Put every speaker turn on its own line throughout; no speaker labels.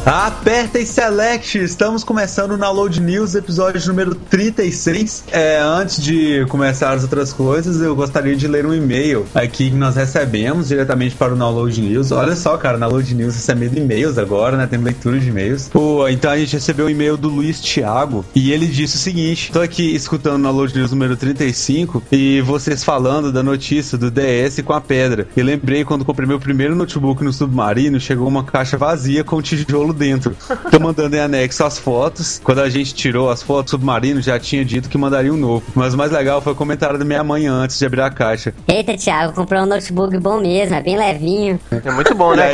Aperta e select! Estamos começando o Download News, episódio número 36. Antes de começar as outras coisas, eu gostaria de ler um e-mail aqui que nós recebemos diretamente para o Download News. Olha só, cara, o Download News recebendo e-mails agora, né? Temos leitura de e-mails. Então a gente recebeu um e-mail do Luiz Thiago e ele disse o seguinte: tô aqui escutando o Download News número 35 e vocês falando da notícia do DS com a pedra. E lembrei quando comprei meu primeiro notebook no Submarino, chegou uma caixa vazia com tijolo dentro. Tô mandando em anexo as fotos. Quando a gente tirou as fotos, o Submarino já tinha dito que mandaria um novo. Mas o mais legal foi o comentário da minha mãe antes de abrir a caixa.
Eita, Thiago, comprou um notebook bom mesmo, é bem levinho.
É muito bom, né,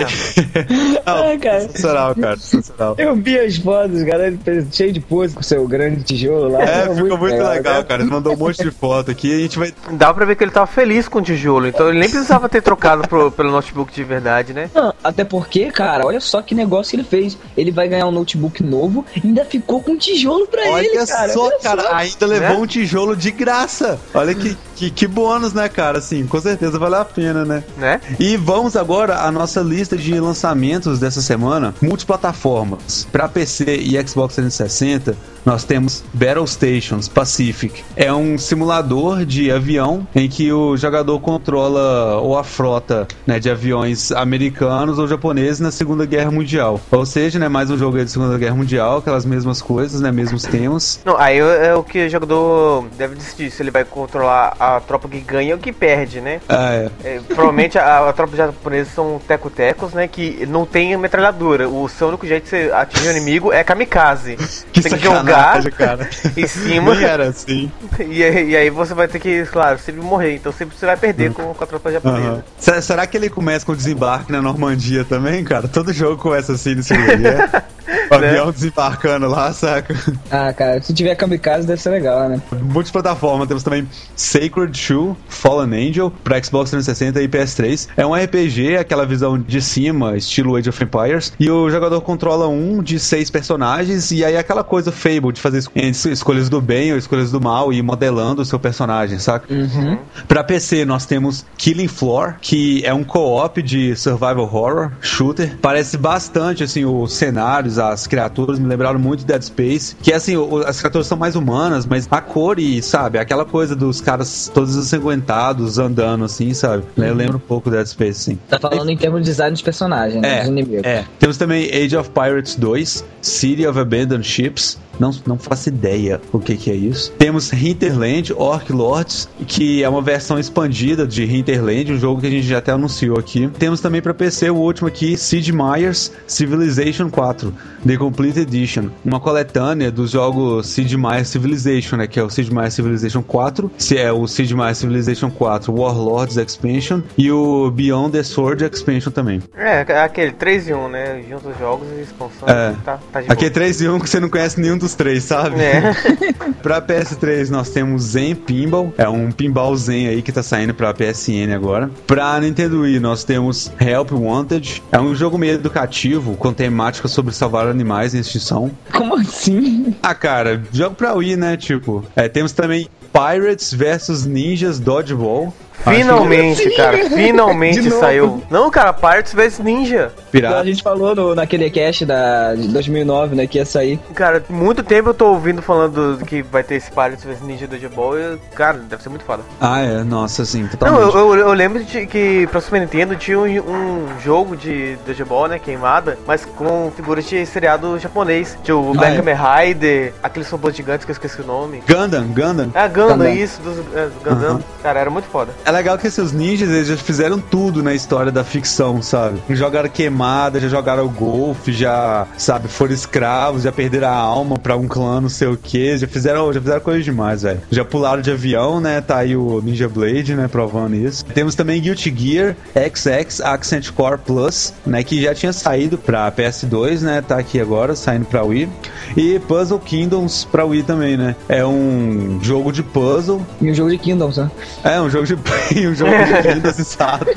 cara? Cara. Sensacional, cara. Sensacional.
Eu vi as fotos, cara, cheio de pose com o seu grande tijolo lá.
Ficou muito legal, cara. Ele mandou um monte de foto aqui e a gente vai...
Dá pra ver que ele tava feliz com o tijolo, então ele nem precisava ter trocado pelo notebook de verdade, né?
Não, até porque, cara, olha só que negócio que ele fez. Ele vai ganhar um notebook novo e ainda ficou com um tijolo pra ele, cara.
Olha só, ainda levou um tijolo de graça. Olha que bônus, né, cara? Assim, com certeza vale a pena, né? E vamos agora à nossa lista de lançamentos dessa semana, multiplataformas. Pra PC e Xbox 360, nós temos Battle Stations Pacific. É um simulador de avião em que o jogador controla ou a frota, né, de aviões americanos ou japoneses na Segunda Guerra Mundial. Ou seja, né, mais um jogo aí de Segunda Guerra Mundial, aquelas mesmas coisas, né, mesmos temas.
Não, aí é o que o jogador deve decidir, se ele vai controlar a tropa que ganha ou que perde, né? Provavelmente a tropa japonesa são teco-tecos, né, que não tem metralhadora. O seu único jeito de você atingir o inimigo é kamikaze.
Que
tem que jogar
cara.
Em cima.
Nem era assim.
E aí você vai ter que, claro, sempre morrer. Então sempre você vai perder com a tropa japonesa.
Será que ele começa com o desembarque na Normandia também, cara? Todo jogo começa assim nesse lugar. O avião desembarcando lá, saca?
Ah, cara, se tiver kamikaze deve ser legal, né?
Multiplataforma, temos também Sacred Shoe, Fallen Angel, pra Xbox 360 e PS3. É um RPG, aquela visão de cima, estilo Age of Empires, e o jogador controla um de 6 personagens, e aí aquela coisa Fable de fazer escolhas do bem ou escolhas do mal e ir modelando o seu personagem, saca? Pra PC nós temos Killing Floor, que é um co-op de survival horror, shooter. Parece bastante, assim, os cenários, as criaturas me lembraram muito de Dead Space, que assim, as criaturas são mais humanas, mas a cor e, sabe, aquela coisa dos caras todos ensanguentados andando assim, sabe? Eu lembro um pouco de Dead Space, sim.
Tá falando em termos de design dos personagens, né? Dos inimigos.
Temos também Age of Pirates 2, City of Abandoned Ships. Não faço ideia o que é isso. Temos Hinterland, Orc Lords, que é uma versão expandida de Hinterland, um jogo que a gente já até anunciou aqui. Temos também para PC o último aqui, Sid Meier's Civilization 4, The Complete Edition, uma coletânea dos jogos Sid Meier's Civilization, né, que é o Sid Meier's Civilization 4, o Sid Meier's Civilization 4 Warlords Expansion e o Beyond the Sword Expansion também.
Aquele 3 em 1, né? Juntos os jogos e expansões. Tá de
aquele 3 em 1 que você não conhece nenhum dos 3, sabe? Pra PS3 nós temos Zen Pinball, é um pinball Zen aí que tá saindo pra PSN agora. Pra Nintendo Wii nós temos Help Wanted, é um jogo meio educativo com temática sobre salvar animais em extinção.
Como assim?
Cara, jogo pra Wii, né? Tipo, temos também Pirates vs Ninjas Dodgeball.
Finalmente, cara, finalmente saiu. Não, cara, Pirates vs Ninja.
Pirata.
A gente falou naquele cast de 2009, né, que ia sair.
Cara, muito tempo eu tô ouvindo falando que vai ter esse Pirates vs Ninja Dodgeball e, cara, deve ser muito foda.
Nossa, sim, totalmente.
Não, eu lembro que pra Super Nintendo tinha um jogo de Dodgeball, né, queimada, mas com figuras de seriado japonês. Tinha o Black Kamen Rider, aqueles robôs gigantes que eu esqueci o nome.
Gundam.
Gundam, isso, dos Gundam. Cara, era muito foda.
É legal que esses ninjas, eles já fizeram tudo na história da ficção, sabe? Jogaram queimada, já jogaram golfe, já, sabe, foram escravos, já perderam a alma pra um clã, não sei o que, já fizeram coisa demais, velho. Já pularam de avião, né? Tá aí o Ninja Blade, né? Provando isso. Temos também Guilty Gear XX Accent Core Plus, né? Que já tinha saído pra PS2, né? Tá aqui agora, saindo pra Wii. E Puzzle Kingdoms pra Wii também, né? É um jogo de puzzle.
E um jogo de Kingdoms, né?
Um jogo de Kingdoms, exato.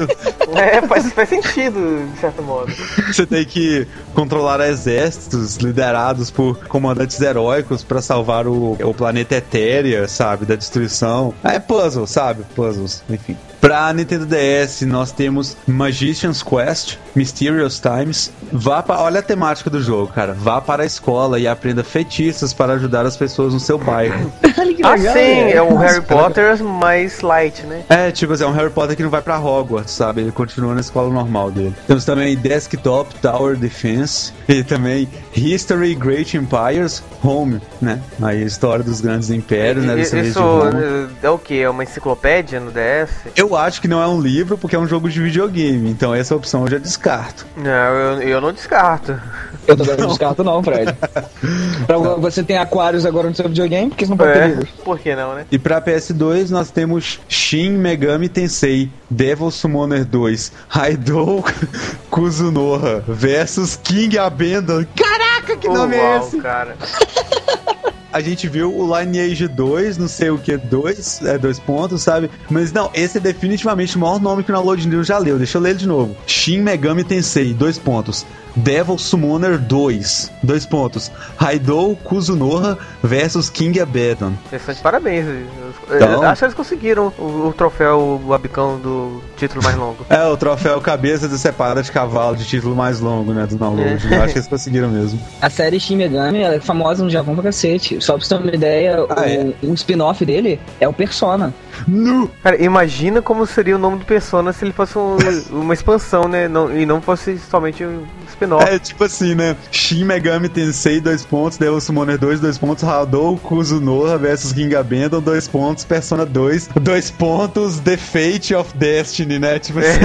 Faz sentido, de certo modo.
Você tem que controlar exércitos liderados por comandantes heróicos pra salvar o planeta Etéria, sabe? Da destruição. É puzzle, sabe? Puzzles, enfim. Pra Nintendo DS, nós temos Magician's Quest, Mysterious Times. Olha a temática do jogo, cara. Vá para a escola e aprenda feitiços para ajudar as pessoas no seu bairro.
Sim, é um Harry Potter mais light, né?
É, tipo assim, é um Harry Potter que não vai pra Hogwarts, sabe? Ele continua na escola normal dele. Temos também Desktop Tower Defense e também History Great Empires Home, né? Aí a história dos grandes impérios, né?
Isso é o que? É uma enciclopédia no DS?
Eu acho que não é um livro porque é um jogo de videogame, então essa opção eu já descarto.
Não, eu não descarto.
Eu também não descarto não, Fred. Você tem Aquarius agora no seu videogame, porque você não pode ter livros.
Por que não, né?
E pra PS2 nós temos Shin Megami Tensei Devil Summoner 2 Raidou Kuzunoha versus King Abandon. Caraca, que nome é esse?
Cara.
A gente viu o Lineage 2, não sei o que, 2 pontos, sabe? Mas não, esse é definitivamente o maior nome que o Download News já leu. Deixa eu ler ele de novo. Shin Megami Tensei, 2 pontos. Devil Summoner 2, 2 pontos. Raidou Kuzunoha versus King Abaddon.
Interessante, parabéns.
Então,
acho que eles conseguiram o troféu, o abicão do título mais longo.
É, o troféu cabeça decepada de cavalo de título mais longo, né, do download. Eu acho que eles conseguiram mesmo.
A série Shin Megami, ela é famosa no Japão pra cacete. Só pra você ter uma ideia, um spin-off dele é o Persona.
No.
Cara, imagina como seria o nome do Persona se ele fosse uma expansão, né? E não fosse somente um spin-off.
É tipo assim, né? Shin Megami Tensei, 2 pontos. Devil Summoner 2, 2 pontos. Raidou Kuzunoha versus King Abandon, 2 pontos. Persona 2, 2 pontos. The Fate of Destiny, né? Tipo assim.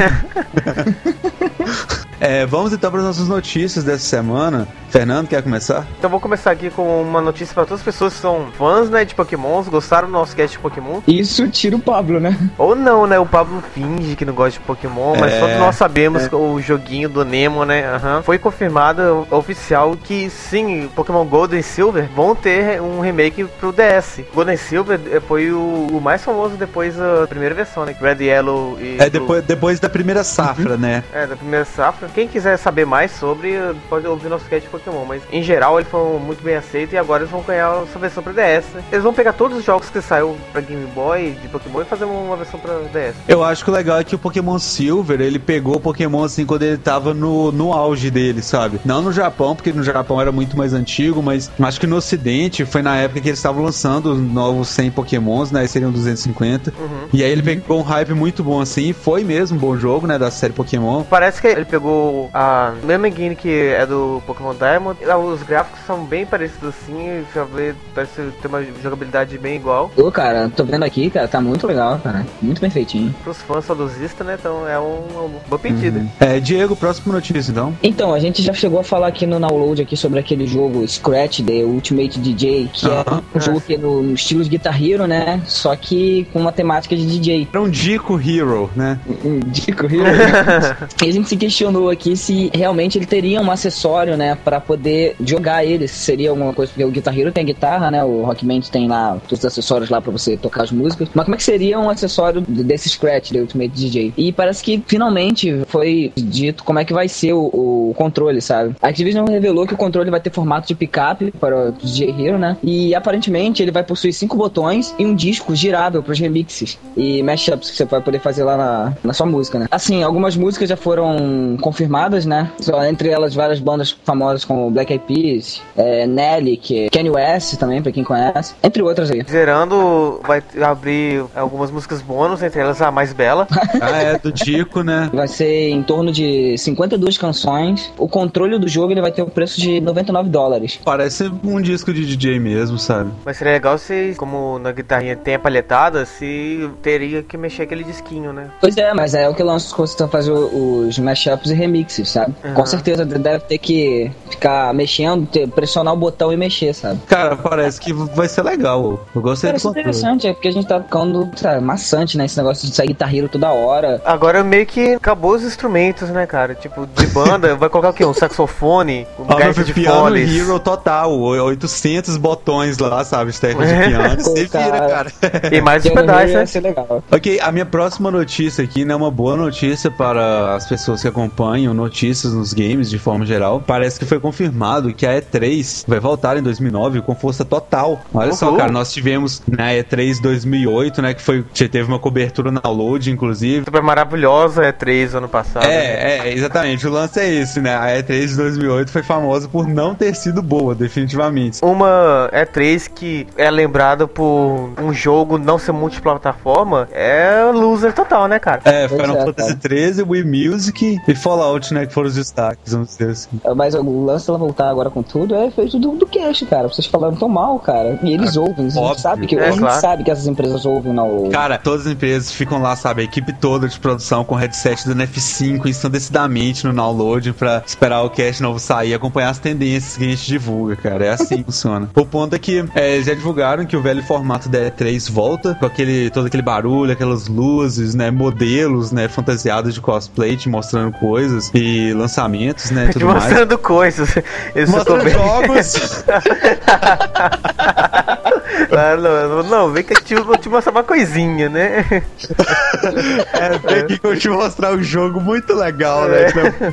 Vamos então para as nossas notícias dessa semana. Fernando, quer começar?
Então vou começar aqui com uma notícia para todas as pessoas que são fãs, né, de Pokémons, gostaram do nosso cast de Pokémon.
Isso tira o Pablo, né?
Ou não, né? O Pablo finge que não gosta de Pokémon, mas todos nós sabemos que o joguinho do Nemo, né? Foi confirmado oficial que sim, Pokémon Gold e Silver vão ter um remake pro DS. Gold e Silver foi o mais famoso depois da primeira versão, né? Red, Yellow e
depois da primeira safra, né?
Da primeira safra. Quem quiser saber mais sobre, pode ouvir nosso cast de Pokémon, mas em geral ele foi muito bem aceito e agora eles vão ganhar essa versão pra DS, né? Eles vão pegar todos os jogos que saiu pra Game Boy de Pokémon e fazer uma versão pra DS.
Eu acho que o legal é que o Pokémon Silver, ele pegou o Pokémon assim quando ele tava no auge dele, sabe? Não no Japão, porque no Japão era muito mais antigo, mas acho que no Ocidente foi na época que eles estavam lançando os novos 100 Pokémons, né? Seriam 250. E aí ele pegou um hype muito bom assim, e foi mesmo um bom jogo, né? Da série Pokémon.
Parece que ele pegou a mesma engine que é do Pokémon Diamond. Os gráficos são bem parecidos assim, parece ter uma jogabilidade bem igual.
Cara, tô vendo aqui, cara, tá muito legal, cara. Muito bem feitinho.
Pros fãs saudosistas, né? Então é uma boa pedida.
Diego, próxima notícia, então.
Então, a gente já chegou a falar aqui no download aqui sobre aquele jogo Scratch, The Ultimate DJ, que é um jogo que é no estilo de Guitar Hero, né? Só que com uma temática de DJ.
Era um Dico Hero, né?
Dico Hero. E a gente se questionou aqui se realmente ele teria um acessório, né? Pra poder jogar ele. Se seria alguma coisa, porque o Guitar Hero tem a guitarra, né? O Rockman tem lá todos os acessórios lá pra você tocar as músicas. Mas como é que seria um acessório desse Scratch, The Ultimate DJ? E parece que finalmente foi dito como é que vai ser o controle, sabe? A Activision revelou que o controle vai ter formato de picape para o DJ Hero, né? E aparentemente ele vai possuir 5 botões e um disco girável para os remixes e mashups que você vai poder fazer lá na sua música, né? Assim, algumas músicas já foram confirmadas, né? Só entre elas várias bandas famosas como Black Eyed Peas, Nelly, Kanye West também, pra quem conhece, entre outras aí.
Zerando vai abrir algumas músicas bônus, entre elas a mais bela.
Do Dico, né?
Vai ser em torno de 52 canções. O controle do jogo ele vai ter o preço de $99.
Parece um disco de DJ mesmo, sabe?
Mas seria legal se, como na guitarrinha tem a palhetada, se teria que mexer aquele disquinho, né?
Pois é, mas é o que lança quando você fazer os mashups e remixes, sabe? Com certeza deve ter que ficar mexendo, pressionar o botão e mexer, sabe?
Cara, parece que vai ser legal. Eu gostei do controle.
Interessante, é porque a gente tá ficando, sabe, maçante, né? Esse negócio de sair Guitar Hero toda hora.
Agora meio que acabou os instrumentos, né, cara? Tipo, de banda, vai colocar o quê? Um saxofone, gaita de
piano
foles.
Hero total, 800 botões lá, sabe? Teclas de piano. Você vira, cara.
E mais os pedais, né?
Vai ser legal.
Ok, a minha próxima notícia aqui, né, uma boa notícia para as pessoas que acompanham notícias nos games de forma geral. Parece que foi confirmado que a E3 vai voltar em 2009 com força total. Olha só, cara, nós tivemos na E3 2008, né, que teve uma cobertura na Load, inclusive.
Super maravilhosa a E3 ano passado.
Exatamente. O lance é esse, né? A E3 de 2008 foi famosa por não ter sido boa, definitivamente.
Uma E3 que é lembrada por um jogo não ser multiplataforma é loser total, né, cara?
Final Fantasy XIII, Wii Music e Fallout, né, que foram os destaques, vamos dizer assim.
Mas o lance dela voltar agora com tudo é feito do cast, cara. Vocês falaram tão mal, cara. E eles ouvem, a gente sabe que sabe que essas empresas ouvem na Load.
Cara, todas as empresas ficam lá, sabe, a equipe toda de produção com headset do F5 ensandecidamente no download pra esperar o cast novo sair e acompanhar as tendências que a gente divulga, cara. É assim que funciona. O ponto é que eles já divulgaram que o velho formato da E3 volta com todo aquele barulho, aquelas luzes, né, modelos, né, fantasiados de cosplay, te mostrando coisas e lançamentos, né, tudo mais.
Mostrando coisas.
Mostrando jogos.
Não, vem que eu vou te mostrar uma coisinha, né?
Vem aqui que eu te mostrar um jogo muito legal, né?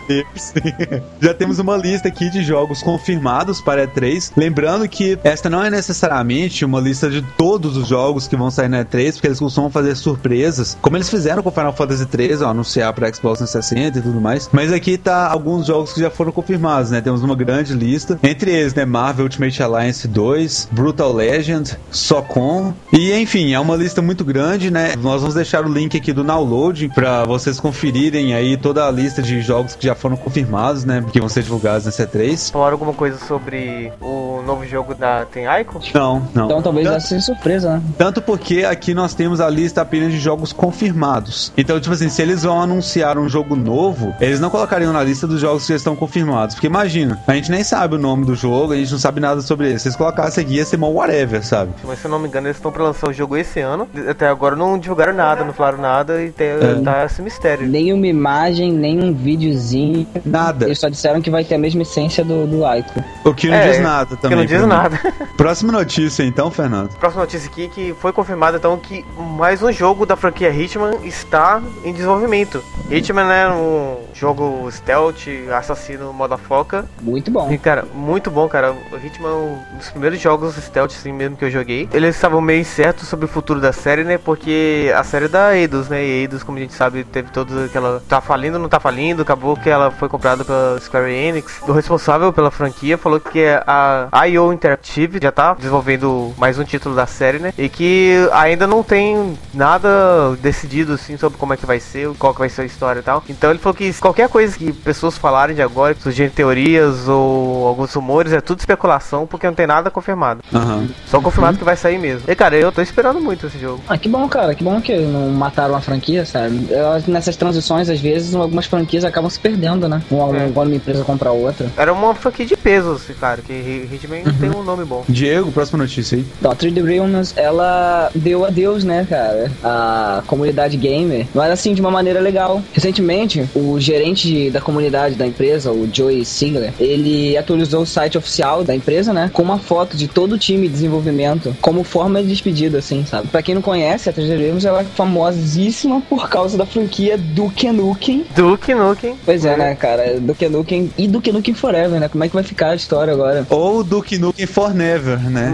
Já temos uma lista aqui de jogos confirmados para E3. Lembrando que esta não é necessariamente uma lista de todos os jogos que vão sair na E3, porque eles costumam fazer surpresas, como eles fizeram com Final Fantasy XIII, anunciar para Xbox 360 e tudo mais. Mas aqui tá alguns jogos que já foram confirmados, né? Temos uma grande lista, entre eles, né, Marvel Ultimate Alliance 2, Brutal Legend, Socon, e enfim, é uma lista muito grande, né? Nós vamos deixar o link aqui do download para vocês conferirem aí toda a lista de jogos que já foram confirmados, né, que vão ser divulgados nessa E3.
Falaram alguma coisa sobre o novo jogo da Tenaico?
Não.
Então talvez essa seja surpresa, né?
Tanto porque aqui nós temos a lista apenas de jogos confirmados. Então, tipo assim, se eles vão anunciar um jogo novo, eles não colocariam na lista dos jogos que já estão confirmados. Porque imagina, a gente nem sabe o nome do jogo, a gente não sabe nada sobre ele. Se eles colocassem aqui, ia ser mó whatever, sabe?
Mas se eu não me engano, eles estão pra lançar o jogo esse ano. Até agora não divulgaram nada, não falaram nada e tá esse mistério.
Nem uma imagem, nem um videozinho.
Nada.
Eles só disseram que vai ter a mesma essência do Ico.
O que não diz nada também.
Que não diz nada.
Próxima notícia então, Fernando.
Próxima notícia aqui que foi confirmado então que mais um jogo da franquia Hitman está em desenvolvimento. Hitman é um jogo stealth, assassino motherfucker.
Muito bom.
E, cara, muito bom, cara. O Hitman é um dos primeiros jogos stealth assim mesmo que eu joguei. Eles estavam meio incertos sobre o futuro da série, né? Porque a série é da Eidos, né? E Eidos, como a gente sabe, teve toda aquela... Tá falindo, não tá falindo. Acabou que ela foi comprada pela Square Enix. O responsável pela franquia falou que a IO Interactive já tá desenvolvendo mais um título da série, né? E que ainda não tem nada decidido, assim, sobre como é que vai ser, qual que vai ser a história e tal. Então ele falou que qualquer coisa que pessoas falarem de agora, que surgirem teorias ou alguns rumores, é tudo especulação, porque não tem nada confirmado. Só confirmado que vai sair mesmo. E, cara, eu tô esperando muito esse jogo.
Ah, que bom, cara. Que bom que não mataram a franquia, sabe? Nessas transições, às vezes, algumas franquias acabam se perdendo, né? Quando uma empresa compra outra.
Era uma franquia de peso, assim, cara, que Hitman tem um nome bom.
Diego, próxima notícia aí.
Então, a 3D Realms, ela deu adeus, né, cara, a comunidade gamer, mas assim, de uma maneira legal. Recentemente, o gerente da comunidade da empresa, o Joey Sigler, ele atualizou o site oficial da empresa, né, com uma foto de todo o time de desenvolvimento, como forma de despedida, assim, sabe? Pra quem não conhece, a 3D Realms, ela é famosíssima por causa da franquia Duke Nukem.
Duke Nukem.
Pois é, né, cara, Duke Nukem e Duke Nukem Forever, né, como é que vai ficar a história agora?
Ou Duke Nukem Forever, né?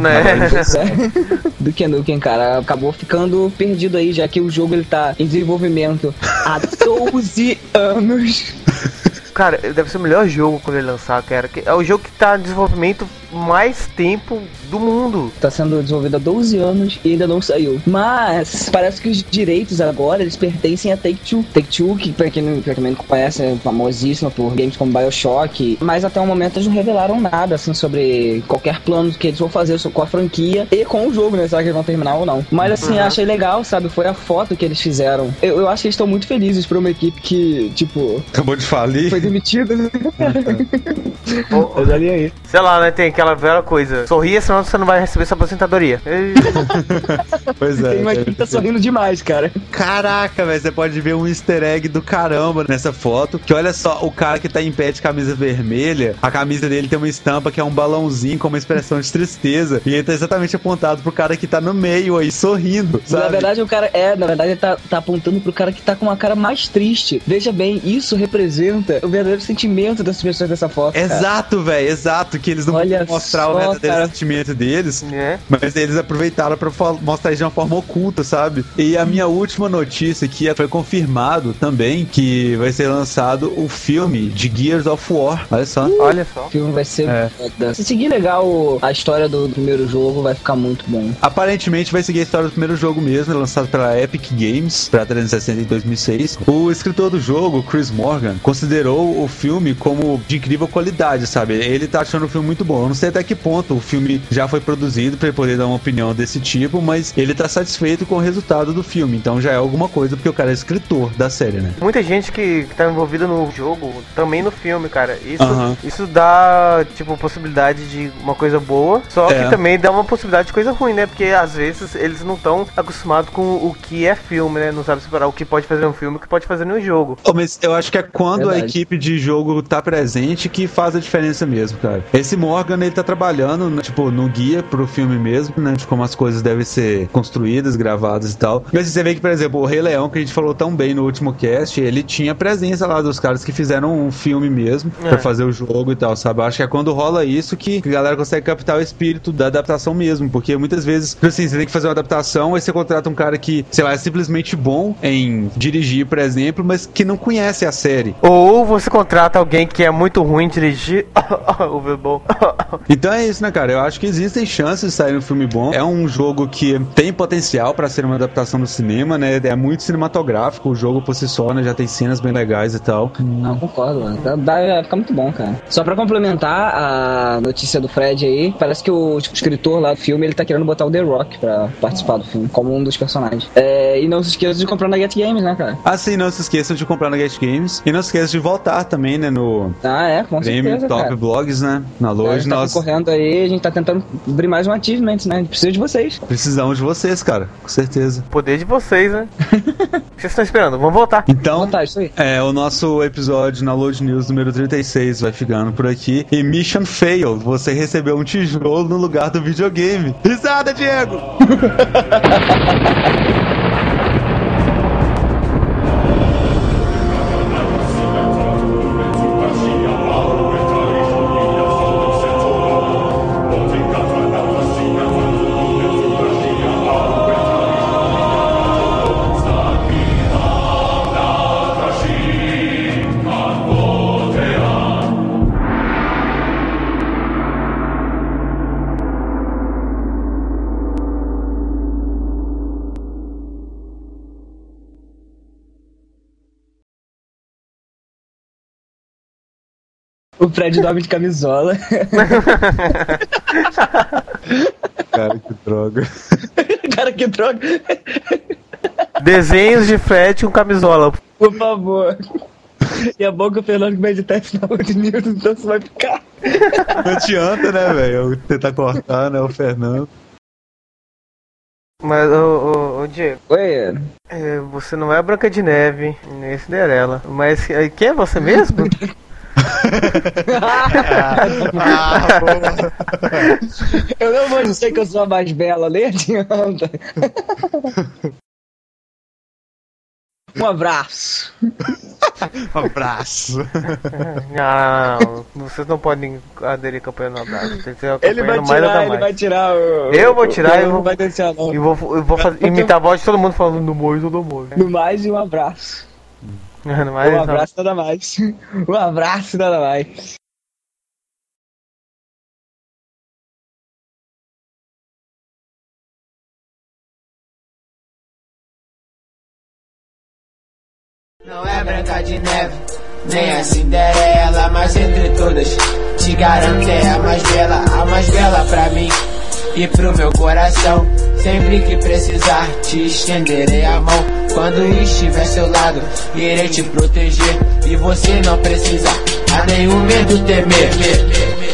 Duke Nukem, cara, acabou ficando perdido aí, já que o jogo ele tá em desenvolvimento há 12 anos.
Cara, deve ser o melhor jogo quando ele lançar, cara. É o jogo que tá em desenvolvimento mais tempo do mundo.
Tá sendo desenvolvido há 12 anos e ainda não saiu. Mas parece que os direitos agora, eles pertencem a Take-Two. Take-Two, que pra quem não conhece, é famosíssima por games como BioShock. Mas até o momento eles não revelaram nada, assim, sobre qualquer plano que eles vão fazer com a franquia e com o jogo, né? Será que eles vão terminar ou não? Mas assim, achei legal, sabe? Foi a foto que eles fizeram. Eu acho que eles estão muito felizes por uma equipe que, tipo...
Acabou de falir.
Foi demitida, né? Eu já li aí.
Sei lá, né? Tem aquela velha coisa. Sorria, senão você não vai receber sua aposentadoria.
Pois é.
Tem uma que tá sorrindo demais, cara.
Caraca, velho, você pode ver um easter egg do caramba nessa foto. Que olha só, o cara que tá em pé de camisa vermelha, a camisa dele tem uma estampa que é um balãozinho com uma expressão de tristeza. E ele tá exatamente apontado pro cara que tá no meio aí, sorrindo, sabe?
Na verdade, o cara ele tá apontando pro cara que tá com uma cara mais triste. Veja bem, isso representa o verdadeiro sentimento das pessoas dessa foto.
Exato, velho, exato. Que eles não podem mostrar o verdadeiro sentimento deles, mas eles aproveitaram pra mostrar isso de uma forma oculta, sabe? E a minha última notícia aqui foi confirmado também que vai ser lançado o filme de Gears of War. Olha só.
Olha só.
O filme vai ser foda. Se seguir legal a história do primeiro jogo, vai ficar muito bom.
Aparentemente vai seguir a história do primeiro jogo mesmo, lançado pela Epic Games pra 360 em 2006. O escritor do jogo, Chris Morgan, considerou o filme como de incrível qualidade, sabe? Ele tá achando o filme muito bom. Eu não sei até que ponto o filme já foi produzido pra ele poder dar uma opinião desse tipo, mas ele tá satisfeito com o resultado do filme, então já é alguma coisa, porque o cara é escritor da série, né?
Muita gente que tá envolvida no jogo, também no filme, cara. Isso dá, tipo, possibilidade de uma coisa boa, só que também dá uma possibilidade de coisa ruim, né? Porque às vezes eles não estão acostumados com o que é filme, né? Não sabem separar o que pode fazer um filme e o que pode fazer no jogo.
Mas eu acho que é quando a equipe de jogo tá presente que faz a diferença mesmo, cara. Esse Morgan, ele tá trabalhando, tipo, no guia pro filme mesmo, né? De como as coisas devem ser construídas, gravadas e tal. Mas você vê que, por exemplo, o Rei Leão, que a gente falou tão bem no último cast, ele tinha presença lá dos caras que fizeram um filme mesmo pra fazer o jogo e tal, sabe? Eu acho que é quando rola isso que a galera consegue captar o espírito da adaptação mesmo, porque muitas vezes, assim, você tem que fazer uma adaptação, aí você contrata um cara que, sei lá, é simplesmente bom em dirigir, por exemplo, mas que não conhece a série.
Ou você contrata alguém que é muito ruim em dirigir. O bom.
Então é isso, né, cara? Eu acho que existem chances de sair um filme bom. É um jogo que tem potencial pra ser uma adaptação no cinema, né? É muito cinematográfico o jogo por si só, né? Já tem cenas bem legais e tal.
Não, concordo, mano. Vai ficar muito bom, cara. Só pra complementar a notícia do Fred aí, parece que o escritor lá do filme, ele tá querendo botar o The Rock pra participar do filme, como um dos personagens. E não se esqueça de comprar na Get Games, né, cara?
Ah, sim, não se esqueçam de comprar na Get Games. E não se esqueça de voltar também, né, no
com certeza,
Top
cara.
Blogs, né? Na loja.
A gente tá concorrendo aí, a gente tá tentando abrir mais um achievement, né? A gente precisa de vocês.
Precisamos de vocês, cara. Com certeza.
Poder de vocês, né? O que vocês estão esperando? Vamos voltar.
Então,
isso aí.
O nosso episódio na Load News número 36 vai ficando por aqui. E Mission Failed. Você recebeu um tijolo no lugar do videogame. Risada, Diego!
O Fred dorme de camisola.
Cara, que droga.
Cara, que droga.
Desenhos de Fred com camisola.
Por favor. E é bom que o Fernando vai editar esse final de News, então você vai ficar.
Não adianta, né, velho? Eu tentar cortar, né, o Fernando.
Mas, ô Diego.
Oi.
Você não é a Branca de Neve, nem Cinderela. Mas quem é você mesmo?
Eu não vou dizer que eu sou a mais bela, nem adianta. Um abraço.
Um abraço.
Não, vocês não podem aderir à campanha no abraço. Tem que ser a
Ele vai
campanha no
tirar,
mais
ele vai tirar o...
Eu vou tirar, eu
não vai deixar, não.
E vou imitar a voz de todo mundo falando no mais ou no amor.
No mais e um abraço.
No mais,
um abraço nada mais. Um abraço nada mais.
Não é Branca de Neve, nem a Cinderela, mas entre todas te garanto é a mais bela pra mim e pro meu coração. Sempre que precisar, te estenderei a mão. Quando estiver ao seu lado, irei te proteger. E você não precisa a nenhum medo temer.